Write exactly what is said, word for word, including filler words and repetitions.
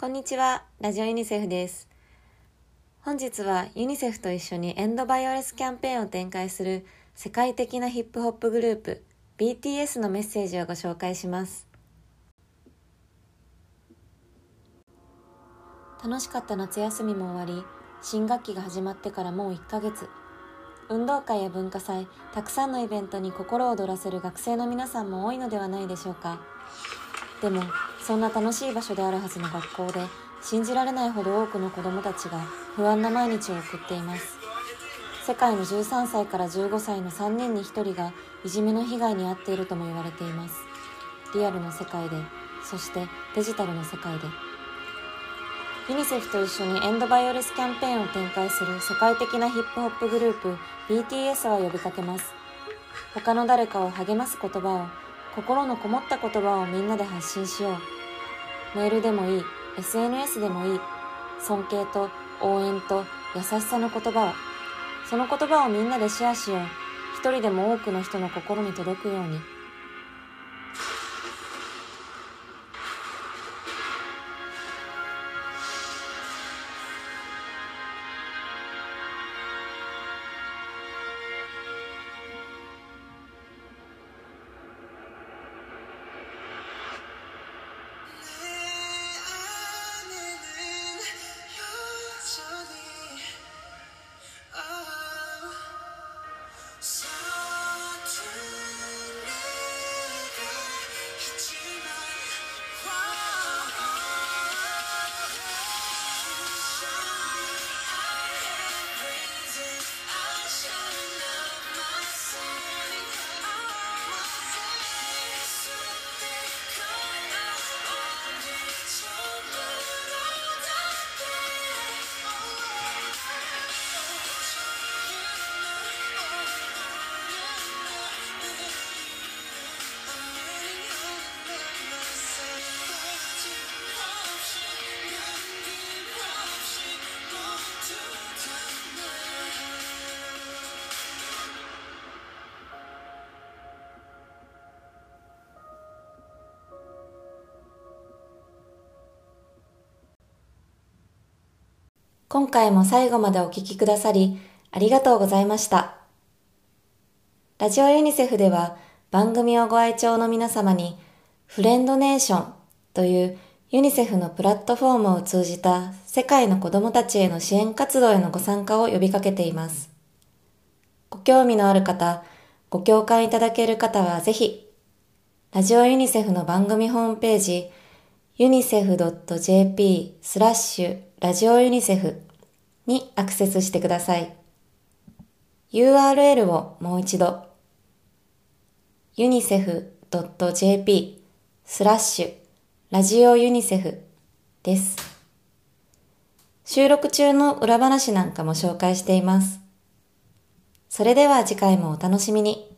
こんにちは、ラジオユニセフです。本日はユニセフと一緒にエンドバイオレスキャンペーンを展開する世界的なヒップホップグループ ビーティーエス のメッセージをご紹介します。楽しかった夏休みも終わり、新学期が始まってからもういっかげつ。運動会や文化祭、たくさんのイベントに心躍らせる学生の皆さんも多いのではないでしょうか。でも、そんな楽しい場所であるはずの学校で、信じられないほど多くの子どもたちが不安な毎日を送っています。世界のじゅうさんさいからじゅうごさいのさんにんにひとりがいじめの被害に遭っているとも言われています。リアルの世界で、そしてデジタルの世界で。ユニセフと一緒にエンドバイオレスキャンペーンを展開する世界的なヒップホップグループ ビーティーエス は呼びかけます。他の誰かを励ます言葉を、心のこもった言葉をみんなで発信しよう。メールでもいい、エスエヌエス でもいい。尊敬と応援と優しさの言葉を。その言葉をみんなでシェアしよう。一人でも多くの人の心に届くように。今回も最後までお聞きくださりありがとうございました。ラジオユニセフでは番組をご愛聴の皆様にフレンドネーションというユニセフのプラットフォームを通じた世界の子どもたちへの支援活動へのご参加を呼びかけています。ご興味のある方、ご共感いただける方はぜひ、ラジオユニセフの番組ホームページユニセフドットジェーピー スラッシュラジオユニセフにアクセスしてください。ユーアールエル をもう一度ユニセフドットジェーピー スラッシュラジオユニセフです。収録中の裏話なんかも紹介しています。それでは次回もお楽しみに。